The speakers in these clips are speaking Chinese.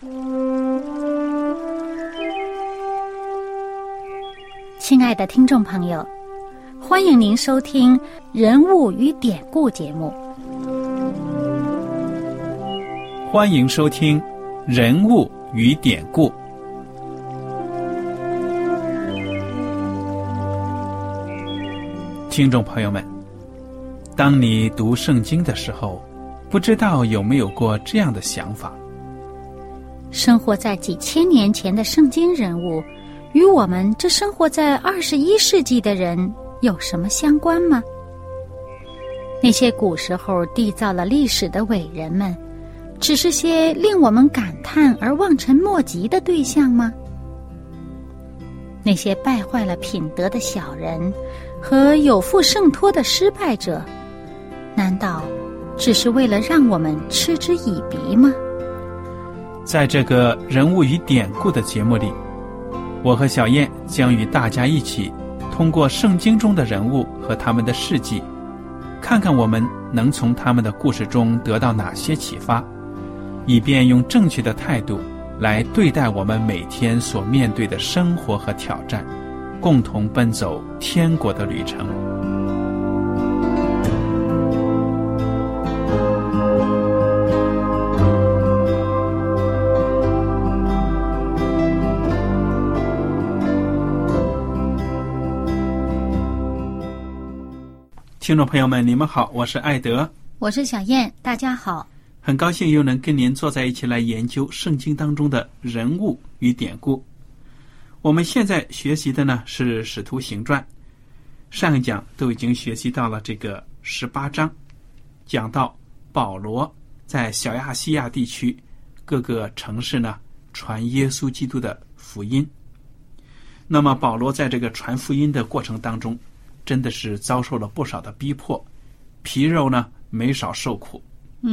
亲爱的听众朋友，欢迎您收听《人物与典故》节目。 欢迎收听《人物与典故》。听众朋友们，当你读圣经的时候，不知道有没有过这样的想法？ 生活在几千年前的圣经人物，与我们这生活在21世纪的人有什么相关吗？那些古时候缔造了历史的伟人们，只是些令我们感叹而望尘莫及的对象吗？那些败坏了品德的小人和有负圣托的失败者，难道只是为了让我们嗤之以鼻吗？ 在这个人物与典故的节目里，我和小燕将与大家一起通过圣经中的人物和他们的事迹，看看我们能从他们的故事中得到哪些启发，以便用正确的态度来对待我们每天所面对的生活和挑战，共同奔走天国的旅程。听众朋友们，你们好，我是艾德， 我是小燕，大家好。 很高兴又能跟您坐在一起来研究圣经当中的人物与典故。我们现在学习的呢是使徒行传，上一讲都已经学习到了这个18章，讲到保罗在小亚细亚地区各个城市呢传耶稣基督的福音。那么保罗在这个传福音的过程当中，真的是遭受了不少的逼迫，皮肉呢没少受苦。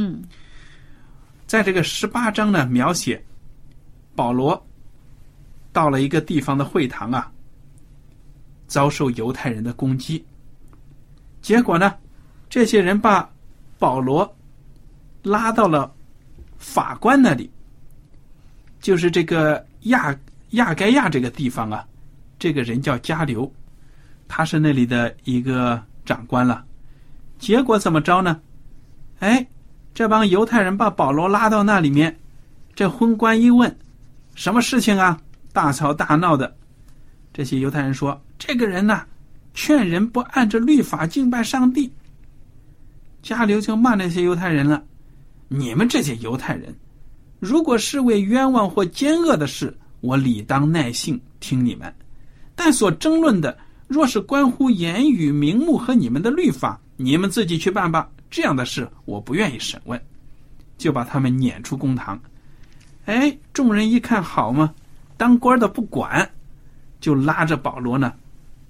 在这个18章呢，描写保罗到了一个地方的会堂啊，遭受犹太人的攻击。结果呢，这些人把保罗拉到了法官那里，就是这个亚该亚这个地方啊，这个人叫加流，他是那里的一个长官了。结果怎么着呢？这帮犹太人把保罗拉到那里面，这昏官一问，什么事情啊？大吵大闹的。这些犹太人说，这个人呢，劝人不按着律法敬拜上帝。加流就骂那些犹太人了，你们这些犹太人，如果是为冤枉或奸恶的事，我理当耐性听你们，但所争论的若是关乎言语名目和你们的律法，你们自己去办吧，这样的事我不愿意审问。就把他们撵出公堂。众人一看好嘛，当官的不管，就拉着保罗呢，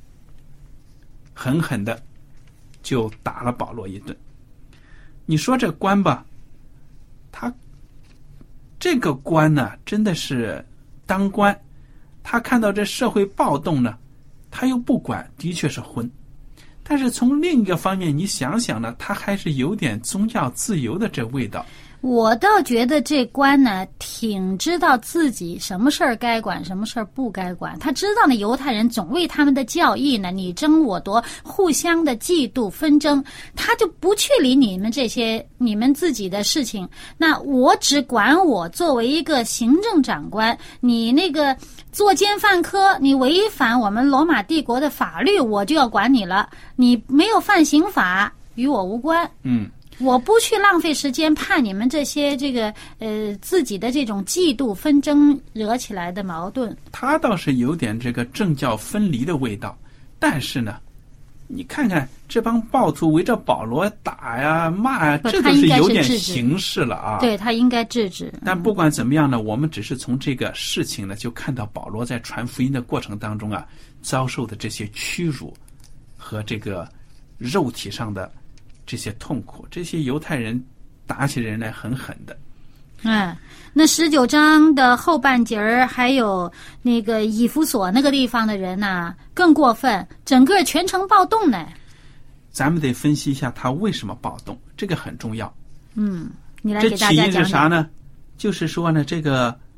狠狠的就打了保罗一顿。你说这官吧，他这个官呢，真的是当官，他看到这社会暴动呢，他又不管，的确是昏。但是从另一个方面，你想想呢，他还是有点宗教自由的这味道。 我倒觉得这官呢，挺知道自己什么事儿该管，什么事儿不该管。他知道呢，犹太人总为他们的教义呢，你争我夺，互相的嫉妒纷争，他就不去理你们这些你们自己的事情。那我只管我作为一个行政长官，你那个作奸犯科，你违反我们罗马帝国的法律，我就要管你了。你没有犯刑法，与我无关。我不去浪费时间判你们这些自己的这种嫉妒纷争惹起来的矛盾。 他倒是有点这个政教分离的味道，但是呢，你看看这帮暴徒围着保罗打呀骂呀，这都是有点形式了啊。 对，他应该制止。 但不管怎么样呢，我们只是从这个事情呢，就看到保罗在传福音的过程当中啊，遭受的这些屈辱和这个肉体上的这些痛苦。这些犹太人打起人来狠狠的。 那19章的后半截儿，还有那个以弗所那个地方的人呢，更过分，整个全城暴动呢。 咱们得分析一下他为什么暴动，这个很重要。 你来给大家讲讲。 这起因是啥呢？就是说呢，这个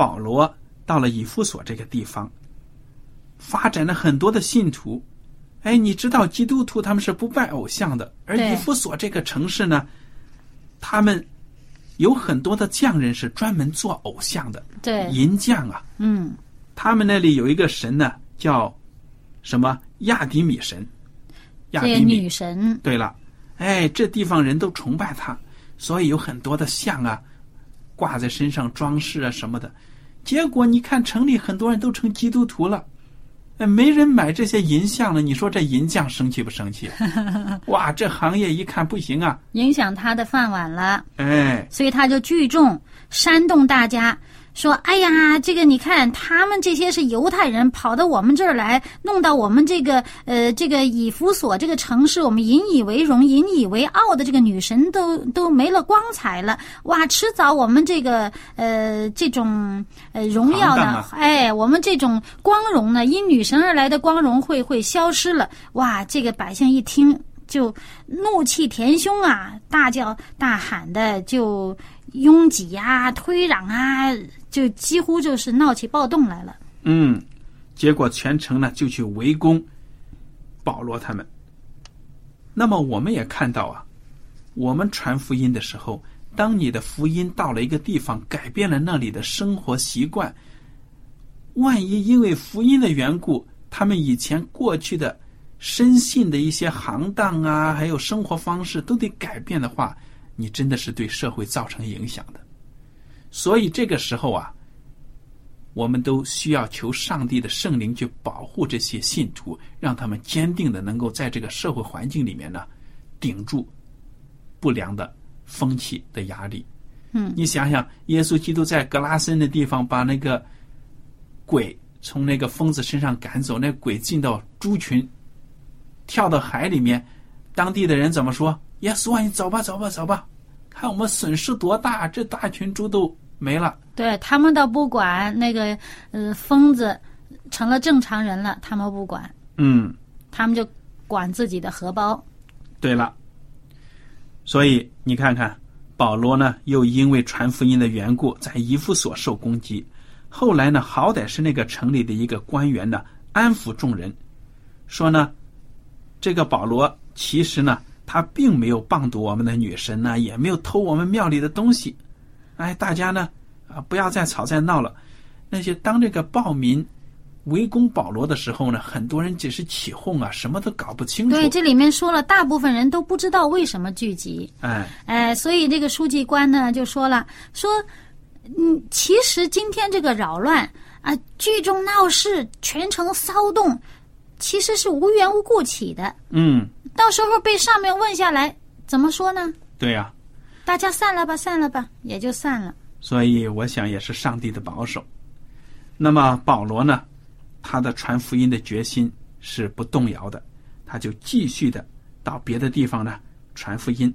保罗到了以弗所这个地方，发展了很多的信徒。哎，你知道基督徒他们是不拜偶像的，而以弗所这个城市呢，他们有很多的匠人是专门做偶像的， 对， 银匠啊。他们那里有一个神呢，叫什么亚底米神，亚底米女神。 对了，哎，这地方人都崇拜他，所以有很多的像啊，挂在身上装饰啊什么的。结果你看城里很多人都成基督徒了，没人买这些银像了，你说这银匠生气不生气？哇，这行业一看不行啊， 影响他的饭碗了。 哎， 所以他就聚众煽动大家说，哎呀，这个你看他们这些是犹太人跑到我们这儿来，弄到我们这个以弗所这个城市，我们引以为荣引以为傲的这个女神都没了光彩了。哇，迟早我们这个这种荣耀呢，哎，我们这种光荣呢，因女神而来的光荣会消失了。哇，这个百姓一听就怒气填胸啊，大叫大喊的，就拥挤啊，推攘啊，就几乎就是闹起暴动来了。 结果全城呢就去围攻保罗他们。那么我们也看到啊，我们传福音的时候，当你的福音到了一个地方，改变了那里的生活习惯，万一因为福音的缘故，他们以前过去的深信的一些行当啊，还有生活方式都得改变的话，你真的是对社会造成影响的。所以这个时候啊，我们都需要求上帝的圣灵去保护这些信徒，让他们坚定的能够在这个社会环境里面呢，顶住不良的风气的压力。你想想，耶稣基督在格拉森的地方把那个鬼从那个疯子身上赶走，那鬼进到猪群，跳到海里面，当地的人怎么说？耶稣啊，你走吧走吧走吧，看我们损失多大，这大群猪都没了。 对，他们倒不管那个疯子成了正常人了，他们不管。他们就管自己的荷包。 对了，所以你看看保罗呢，又因为传福音的缘故在以弗所受攻击，后来呢，好歹是那个城里的一个官员呢安抚众人，说呢，这个保罗其实呢，他并没有谤读我们的女神呢，也没有偷我们庙里的东西。哎，大家呢不要再吵再闹了。那些当这个暴民围攻保罗的时候呢，很多人只是起哄啊，什么都搞不清楚。 对，这里面说了，大部分人都不知道为什么聚集。所以这个书记官呢就说了，说其实今天这个扰乱啊，聚众闹事，全城骚动，其实是无缘无故起的。到时候被上面问下来，怎么说呢？ 对呀， 大家散了吧，散了吧，也就散了。 所以我想也是上帝的保守。那么保罗呢，他的传福音的决心是不动摇的，他就继续的到别的地方呢传福音。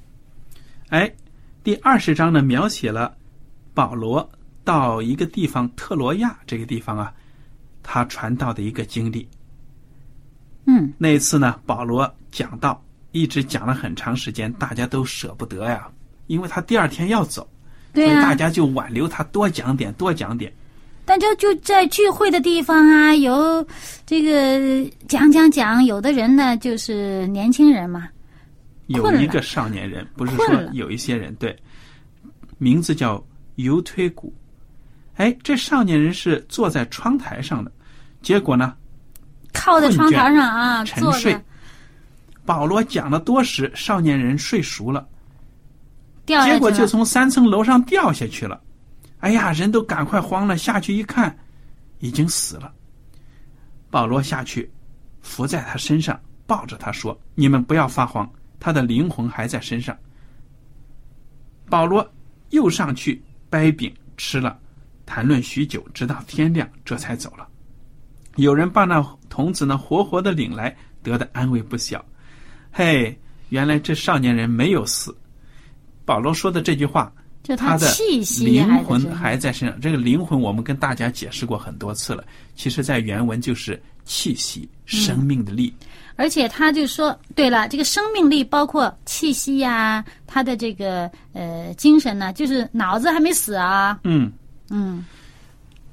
第20章呢描写了保罗到一个地方特罗亚这个地方啊，他传道的一个经历。那一次呢，保罗讲道一直讲了很长时间，大家都舍不得呀，因为他第二天要走，所以大家就挽留他多讲点多讲点。 但就在聚会的地方啊，有这个讲，有的人呢就是年轻人嘛， 有一个少年人，不是说有一些人，对，名字叫犹推古。这少年人是坐在窗台上的，结果呢靠在窗台上啊沉睡。保罗讲了多时，少年人睡熟了，结果就从3层楼上掉下去了。哎呀，人都赶快慌了，下去一看已经死了。保罗下去伏在他身上，抱着他说，你们不要发慌，他的灵魂还在身上。保罗又上去掰饼吃了，谈论许久，直到天亮，这才走了。有人把那童子呢活活的领来，得的安慰不小。原来这少年人没有死。保罗说的这句话， 就他的灵魂还在身上。这个灵魂我们跟大家解释过很多次了，其实在原文就是气息，生命的力。 而且他就说，对了，这个生命力包括气息啊，他的这个精神呢，就是脑子还没死啊。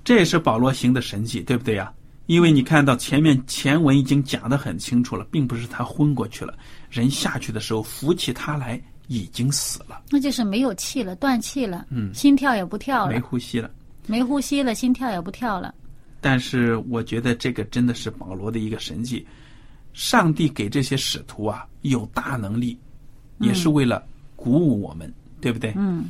这也是保罗行的神迹，对不对呀？因为你看到前文已经讲得很清楚了，并不是他昏过去了，人下去的时候扶起他来已经死了， 那就是没有气了，断气了，心跳也不跳了， 没呼吸了， 心跳也不跳了。 但是我觉得这个真的是保罗的一个神迹，上帝给这些使徒啊有大能力，也是为了鼓舞我们，对不对？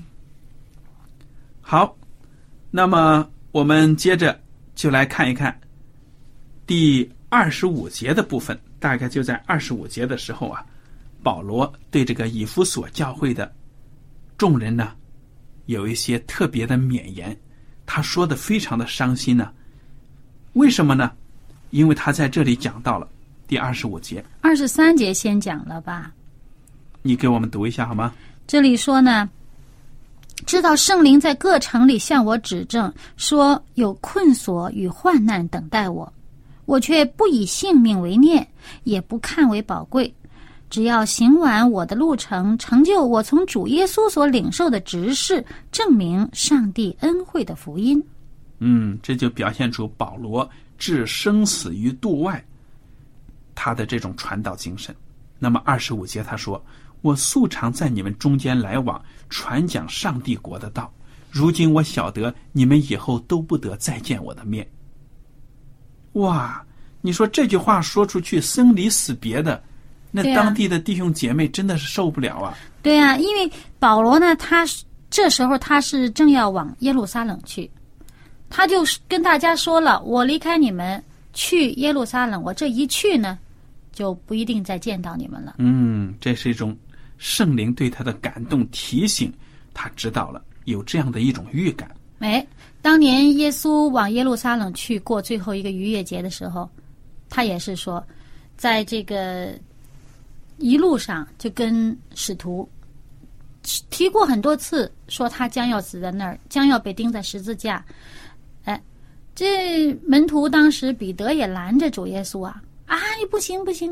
好，那么我们接着就来看一看第25节的部分，大概就在25节的时候啊，保罗对这个以弗所教会的众人呢有一些特别的勉言，他说的非常的伤心呢。为什么呢？因为他在这里讲到了第25节 ，23节先讲了吧？ 你给我们读一下好吗？ 这里说呢，知道圣灵在各城里向我指证，说有困锁与患难等待我，我却不以性命为念，也不看为宝贵，只要行完我的路程，成就我从主耶稣所领受的职事，证明上帝恩惠的福音。 这就表现出保罗置生死于度外他的这种传道精神。那么25节他说，我素常在你们中间来往，传讲上帝国的道，如今我晓得你们以后都不得再见我的面。哇，你说这句话说出去生离死别的，那当地的弟兄姐妹真的是受不了啊。 对啊，因为保罗呢，这时候他是正要往耶路撒冷去，他就跟大家说了，我离开你们去耶路撒冷，我这一去呢就不一定再见到你们了。 这是一种圣灵对他的感动提醒，他知道了，有这样的一种预感。 当年耶稣往耶路撒冷去过最后一个逾越节的时候，他也是说，在这个一路上就跟使徒提过很多次，说他将要死在那儿，将要被钉在十字架。这门徒当时彼得也拦着主耶稣啊，你不行不行。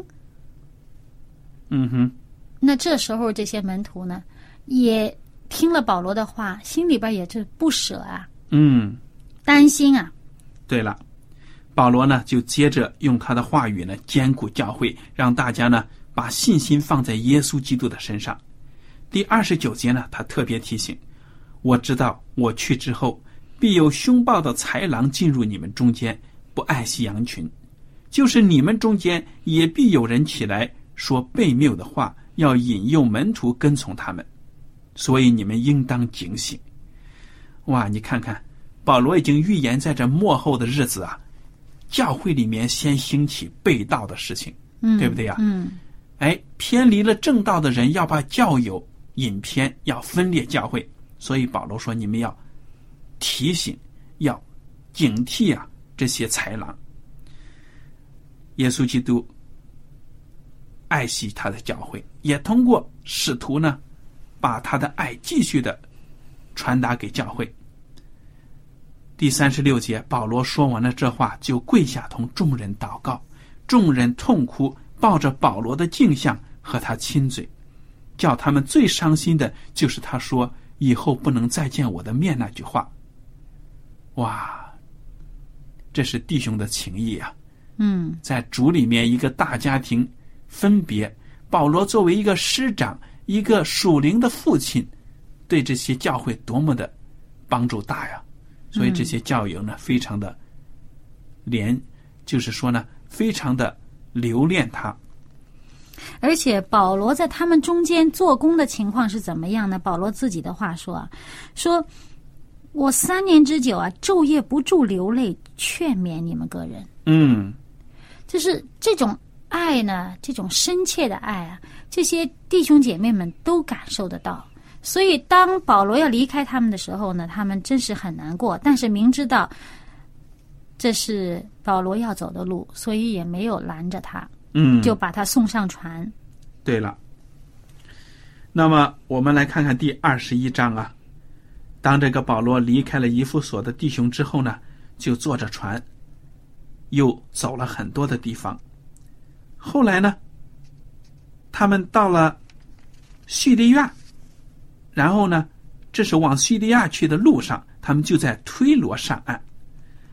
那这时候这些门徒呢，也听了保罗的话，心里边也是不舍啊，担心啊。 对了，保罗呢就接着用他的话语呢坚固教会，让大家呢把信心放在耶稣基督的身上。第29节呢，他特别提醒，我知道我去之后，必有凶暴的豺狼进入你们中间，不爱惜羊群，就是你们中间也必有人起来说悖谬的话，要引诱门徒跟从他们，所以你们应当警醒。哇，你看看保罗已经预言在这末后的日子啊，教会里面先兴起背道的事情，对不对呀？偏离了正道的人要把教友引偏，要分裂教会，所以保罗说你们要提醒，要警惕啊这些豺狼。耶稣基督爱惜他的教会，也通过使徒呢把他的爱继续的传达给教会。第36节，保罗说完了这话，就跪下同众人祷告，众人痛哭，抱着保罗的镜像和他亲嘴。叫他们最伤心的就是他说以后不能再见我的面那句话。哇，这是弟兄的情谊啊。在主里面一个大家庭分别，保罗作为一个师长，一个属灵的父亲，对这些教会多么的帮助大呀。所以这些教友呢非常的就是说呢非常的留恋他。 而且保罗在他们中间做工的情况是怎么样呢？保罗自己的话说我3年之久啊，昼夜不住流泪劝勉你们个人。就是这种爱呢，这种深切的爱啊，这些弟兄姐妹们都感受得到。所以当保罗要离开他们的时候呢，他们真是很难过，但是明知道这是保罗要走的路，所以也没有拦着他，就把他送上船。 对了，那么我们来看看第21章啊。当这个保罗离开了以弗所的弟兄之后呢，就坐着船又走了很多的地方。后来呢，他们到了叙利亚，然后呢，这是往叙利亚去的路上，他们就在推罗上岸。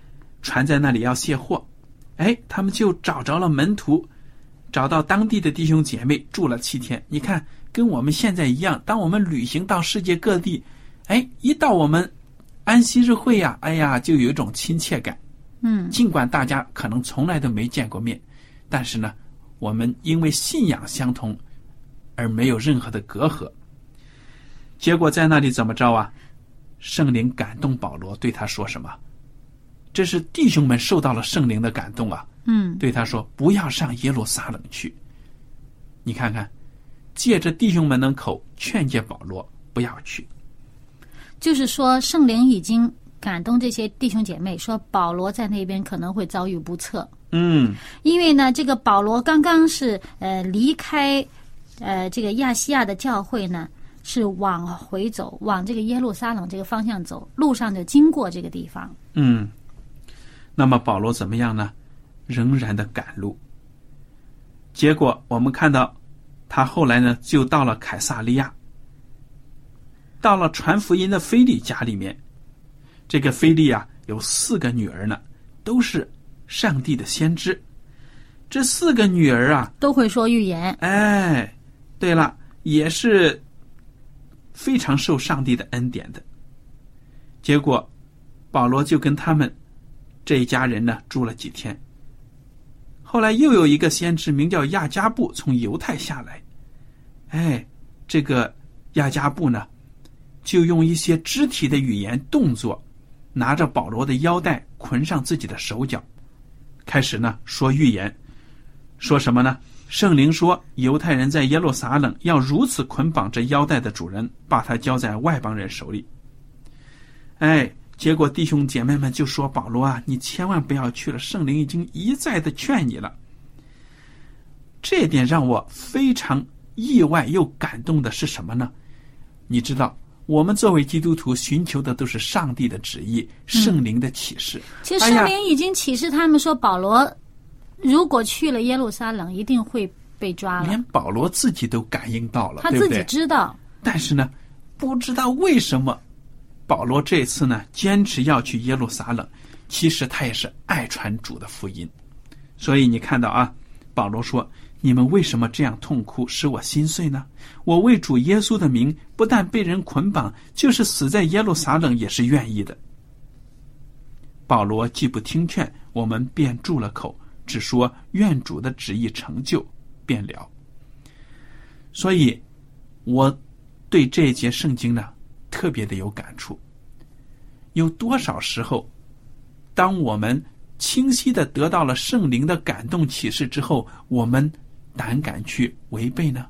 船在那里要卸货，他们就找着了门徒，找到当地的弟兄姐妹住了7天。你看跟我们现在一样，当我们旅行到世界各地，一到我们安息日会呀，就有一种亲切感。尽管大家可能从来都没见过面，但是呢，我们因为信仰相同而没有任何的隔阂。结果在那里怎么着啊？圣灵感动保罗，对他说什么？这是弟兄们受到了圣灵的感动啊。对他说不要上耶路撒冷去。你看看，借着弟兄们的口劝诫保罗不要去。 就是说圣灵已经感动这些弟兄姐妹，说保罗在那边可能会遭遇不测。因为呢，这个保罗刚刚是离开这个亚细亚的教会呢，是往回走，往这个耶路撒冷这个方向走，路上就经过这个地方。 那么保罗怎么样呢？仍然的赶路。结果我们看到他后来呢，就到了凯撒利亚，到了传福音的腓利家里面。这个腓利有4个女儿呢，都是上帝的先知。这4个女儿都会说预言。 对了，也是非常受上帝的恩典的。结果保罗就跟他们这一家人呢住了几天。后来又有一个先知名叫亚加布从犹太下来。这个亚加布呢，就用一些肢体的语言动作，拿着保罗的腰带捆上自己的手脚，开始呢说预言。说什么呢？圣灵说犹太人在耶路撒冷要如此捆绑这腰带的主人，把他交在外邦人手里。结果弟兄姐妹们就说保罗你千万不要去了，圣灵已经一再的劝你了。这点让我非常意外又感动的是什么呢？你知道我们作为基督徒寻求的都是上帝的旨意，圣灵的启示。 其实圣灵已经启示他们说保罗如果去了耶路撒冷一定会被抓了。 连保罗自己都感应到了， 他自己知道。 但是呢，不知道为什么保罗这次呢坚持要去耶路撒冷，其实他也是爱传主的福音。所以你看到保罗说，你们为什么这样痛哭，使我心碎呢？我为主耶稣的名，不但被人捆绑，就是死在耶路撒冷也是愿意的。保罗既不听劝，我们便住了口，只说愿主的旨意成就便了。所以我对这一节圣经呢特别的有感触。有多少时候，当我们清晰的得到了圣灵的感动启示之后，我们胆敢去违背呢？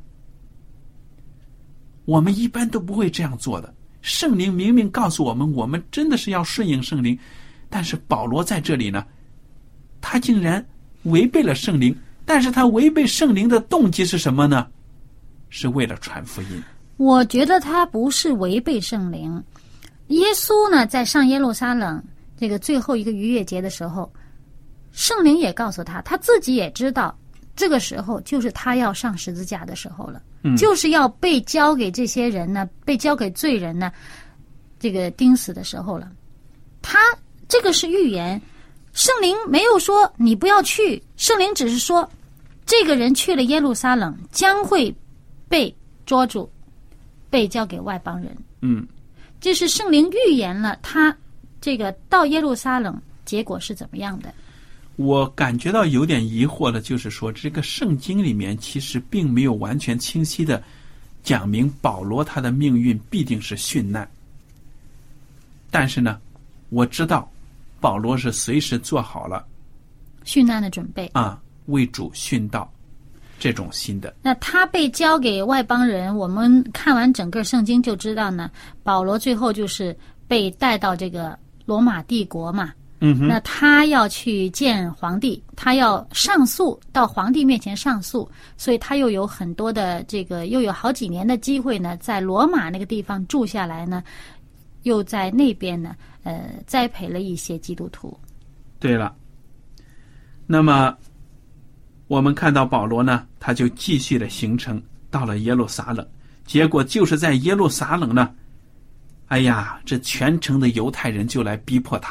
我们一般都不会这样做的。圣灵明明告诉我们，我们真的是要顺应圣灵，但是保罗在这里呢，他竟然违背了圣灵。但是他违背圣灵的动机是什么呢？是为了传福音。 我觉得他不是违背圣灵。耶稣呢，在上耶路撒冷这个最后一个逾越节的时候，圣灵也告诉他，他自己也知道这个时候就是他要上十字架的时候了，就是要被交给这些人呢，被交给罪人呢，这个钉死的时候了。他这个是预言，圣灵没有说你不要去，圣灵只是说这个人去了耶路撒冷将会被捉住，被交给外邦人。这是圣灵预言了他这个到耶路撒冷结果是怎么样的。 我感觉到有点疑惑的就是说，这个圣经里面其实并没有完全清晰的讲明保罗他的命运必定是殉难。但是呢，我知道保罗是随时做好了殉难的准备为主殉道这种心的。 那他被交给外邦人，我们看完整个圣经就知道呢，保罗最后就是被带到这个罗马帝国嘛。那他要去见皇帝，他要上诉，到皇帝面前上诉，所以他又有很多的又有好几年的机会呢，在罗马那个地方住下来呢，又在那边呢栽培了一些基督徒。 对了，那么我们看到保罗呢，他就继续的行程到了耶路撒冷，结果就是在耶路撒冷呢，这全城的犹太人就来逼迫他了，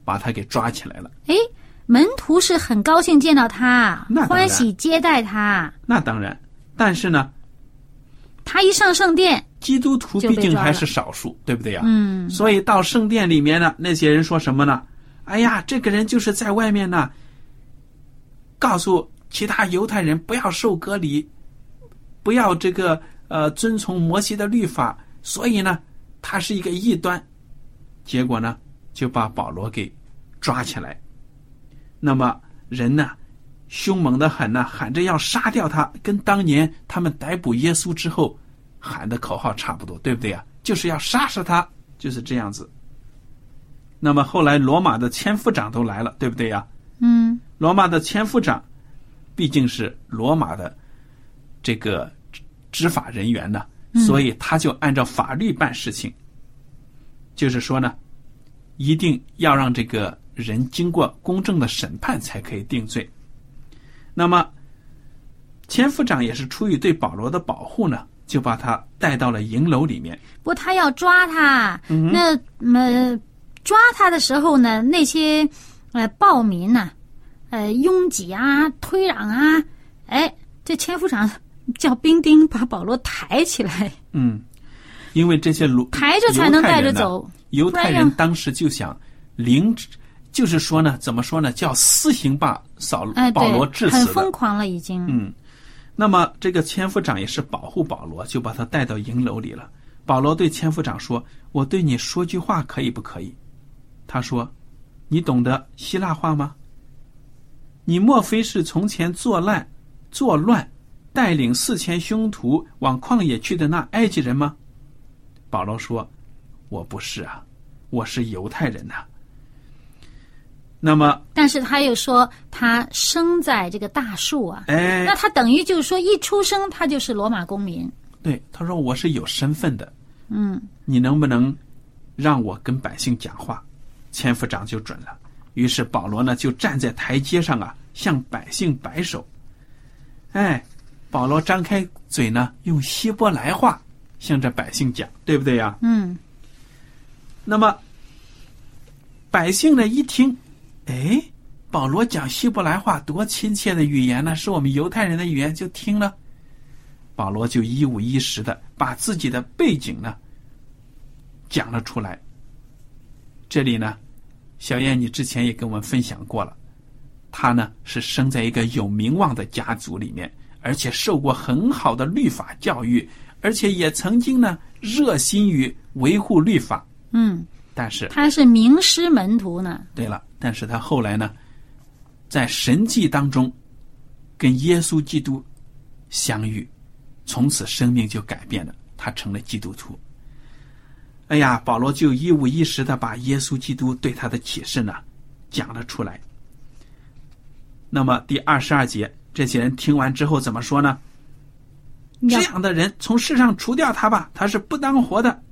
把他给抓起来了。 哎，门徒是很高兴见到他， 那当然欢喜接待他。 那当然，但是呢， 他一上圣殿， 基督徒毕竟还是少数，对不对呀？所以到圣殿里面呢，那些人说什么呢？哎呀，这个人就是在外面呢，告诉其他犹太人不要受割礼，不要这个遵从摩西的律法，所以呢，他是一个异端。结果呢，就把保罗给抓起来。那么人呢，凶猛的很呢，喊着要杀掉他，跟当年他们逮捕耶稣之后喊的口号差不多，对不对呀？就是要杀死他，就是这样子。那么后来罗马的千夫长都来了，对不对呀？罗马的千夫长毕竟是罗马的这个执法人员呢，所以他就按照法律办事情。就是说呢，一定要让这个人经过公正的审判才可以定罪。那么千夫长也是出于对保罗的保护呢，就把他带到了营楼里面。 不过他要抓他，那抓他的时候呢，那些暴民呢，拥挤啊，推攘啊，这千夫长叫兵丁把保罗抬起来。 因为这些抬着才能带着走。 犹太人当时就想就是说呢，怎么说呢，叫私刑把保罗致死的， 很疯狂了已经。 那么这个千夫长也是保护保罗，就把他带到营楼里了。保罗对千夫长说：“我对你说句话可以不可以？”他说：“你懂得希腊话吗？你莫非是从前作乱带领4000凶徒往旷野去的那埃及人吗？”保罗说：“我不是啊，我是犹太人啊。”那么， 但是他又说他生在这个大树啊，那他等于就是说一出生他就是罗马公民。 对，他说我是有身份的。你能不能让我跟百姓讲话？千夫长就准了。于是保罗呢就站在台阶上啊，向百姓摆手。保罗张开嘴呢，用希伯来话向着百姓讲，对不对呀？那么百姓呢一听，保罗讲希伯来话多亲切的语言呢，是我们犹太人的语言，就听了。保罗就一五一十的把自己的背景呢讲了出来。这里呢，小燕你之前也跟我们分享过了，他呢是生在一个有名望的家族里面，而且受过很好的律法教育，而且也曾经呢热心于维护律法。但是他是名师门徒呢。 对了，但是他后来呢，在神迹当中跟耶稣基督相遇，从此生命就改变了，他成了基督徒。保罗就一五一十的把耶稣基督对他的启示呢讲了出来。那么第22节，这些人听完之后怎么说呢？这样的人从世上除掉他吧，他是不当活的。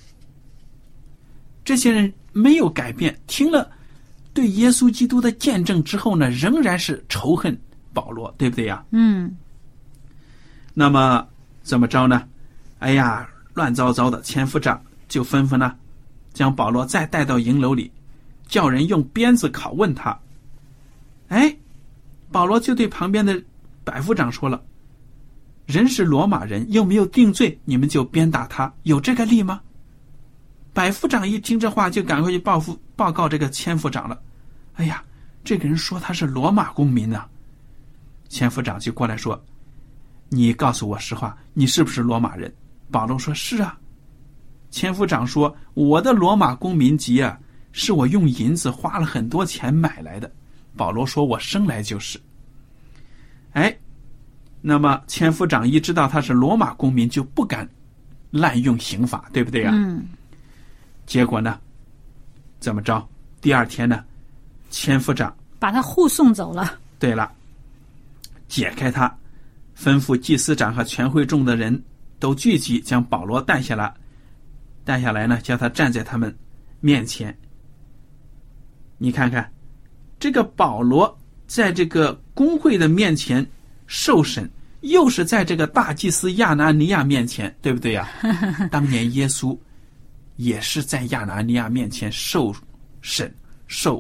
这些人没有改变，听了对耶稣基督的见证之后呢，仍然是仇恨保罗，对不对呀？那么怎么着呢？乱糟糟的，千夫长就吩咐呢，将保罗再带到营楼里，叫人用鞭子拷问他。保罗就对旁边的百夫长说了：“人是罗马人，又没有定罪，你们就鞭打他，有这个例吗？”百夫长一听这话，就赶快去报告这个千夫长了。这个人说他是罗马公民啊。千夫长就过来说：“你告诉我实话，你是不是罗马人？”保罗说：“是啊。”千夫长说：“我的罗马公民籍啊，是我用银子花了很多钱买来的。”保罗说：“我生来就是。”那么千夫长一知道他是罗马公民，就不敢滥用刑法，对不对啊？结果呢，怎么着？第二天呢，千夫长把他护送走了。 对了，解开他，吩咐祭司长和全会众的人都聚集，将保罗带下来呢，叫他站在他们面前。你看看，这个保罗在这个公会的面前受审，又是在这个大祭司亚拿尼亚面前，对不对呀？当年耶稣也是在亚拿尼亚面前受审受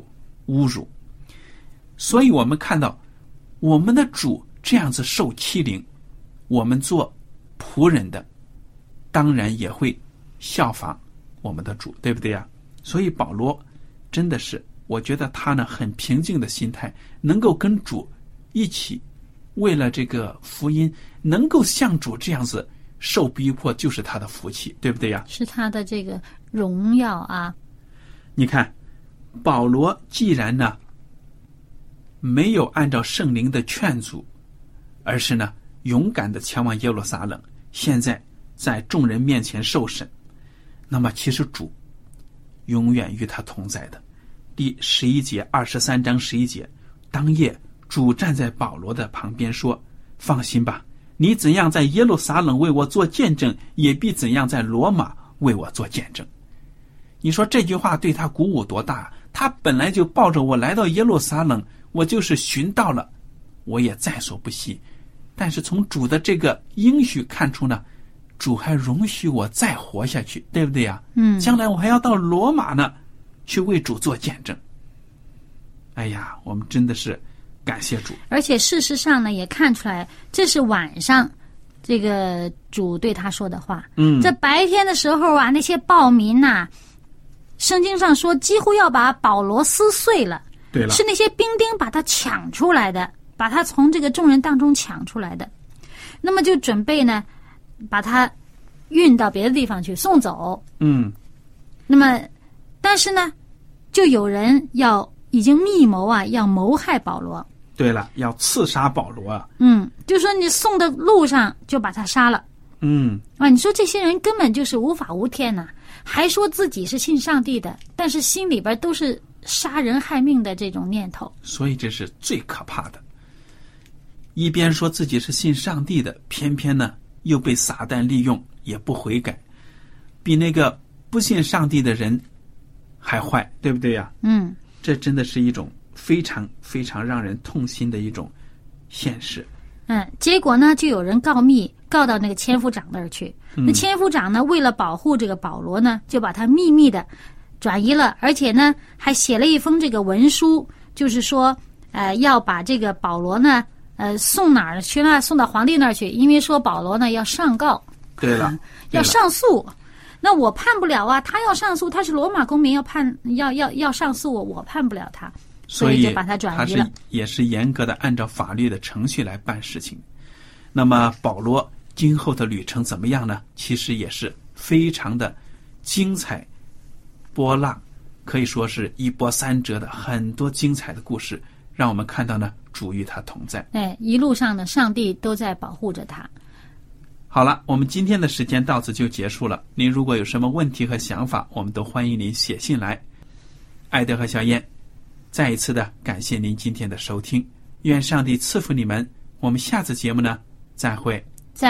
侮辱。所以我们看到我们的主这样子受欺凌，我们做仆人的当然也会效仿我们的主，对不对呀？所以保罗真的是，我觉得他呢很平静的心态，能够跟主一起为了这个福音，能够像主这样子受逼迫，就是他的福气，对不对呀？ 是他的这个荣耀啊。 你看保罗既然呢没有按照圣灵的劝阻，而是呢勇敢的前往耶路撒冷，现在在众人面前受审，那么其实主永远与他同在的。第11节，23章11节，当夜主站在保罗的旁边说，放心吧，你怎样在耶路撒冷为我做见证，也必怎样在罗马为我做见证。你说这句话对他鼓舞多大，他本来就抱着我来到耶路撒冷，我就是寻到了，我也在所不惜。但是从主的这个应许看出呢，主还容许我再活下去，对不对呀？将来我还要到罗马呢，去为主做见证。哎呀，我们真的是感谢主。 而且事实上呢，也看出来这是晚上这个主对他说的话。在白天的时候啊，那些暴民呐，圣经上说几乎要把保罗撕碎了。 对了， 是那些兵丁把他抢出来的，把他从这个众人当中抢出来的。那么就准备呢把他运到别的地方去送走。那么但是呢就有人已经密谋啊，要谋害保罗。 对了，要刺杀保罗啊。 就说你送的路上就把他杀了。你说这些人根本就是无法无天呐，还说自己是信上帝的，但是心里边都是杀人害命的这种念头。 所以这是最可怕的，一边说自己是信上帝的，偏偏呢又被撒旦利用，也不悔改，比那个不信上帝的人还坏，对不对呀？这真的是一种非常非常让人痛心的一种现实。 结果呢就有人告密，告到那个千夫长那儿去。那千夫长呢为了保护这个保罗呢，就把他秘密的转移了，而且呢还写了一封这个文书，就是说要把这个保罗呢送哪儿去呢？送到皇帝那儿去，因为说保罗呢要上告。 对了， 要上诉。那我判不了啊，他要上诉，他是罗马公民，要上诉我判不了他，所以就把他转移了。 也是严格的按照法律的程序来办事情。那么保罗今后的旅程怎么样呢？其实也是非常的精彩波浪，可以说是一波三折的很多精彩的故事，让我们看到呢主与他同在。 一路上呢上帝都在保护着他。 好了，我们今天的时间到此就结束了。您如果有什么问题和想法，我们都欢迎您写信来。艾德和小燕再一次的感谢您今天的收听，愿上帝赐福你们。我们下次节目呢再会。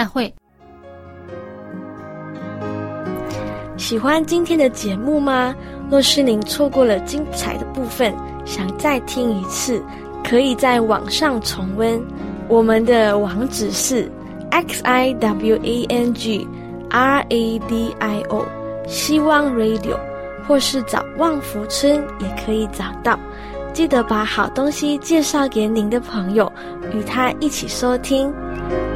喜欢今天的节目吗？若是您错过了精彩的部分，想再听一次，可以在网上重温。我们的网址是XIWANGRADIO 希望 Radio， 或是找旺福村也可以找到。记得把好东西介绍给您的朋友，与他一起收听。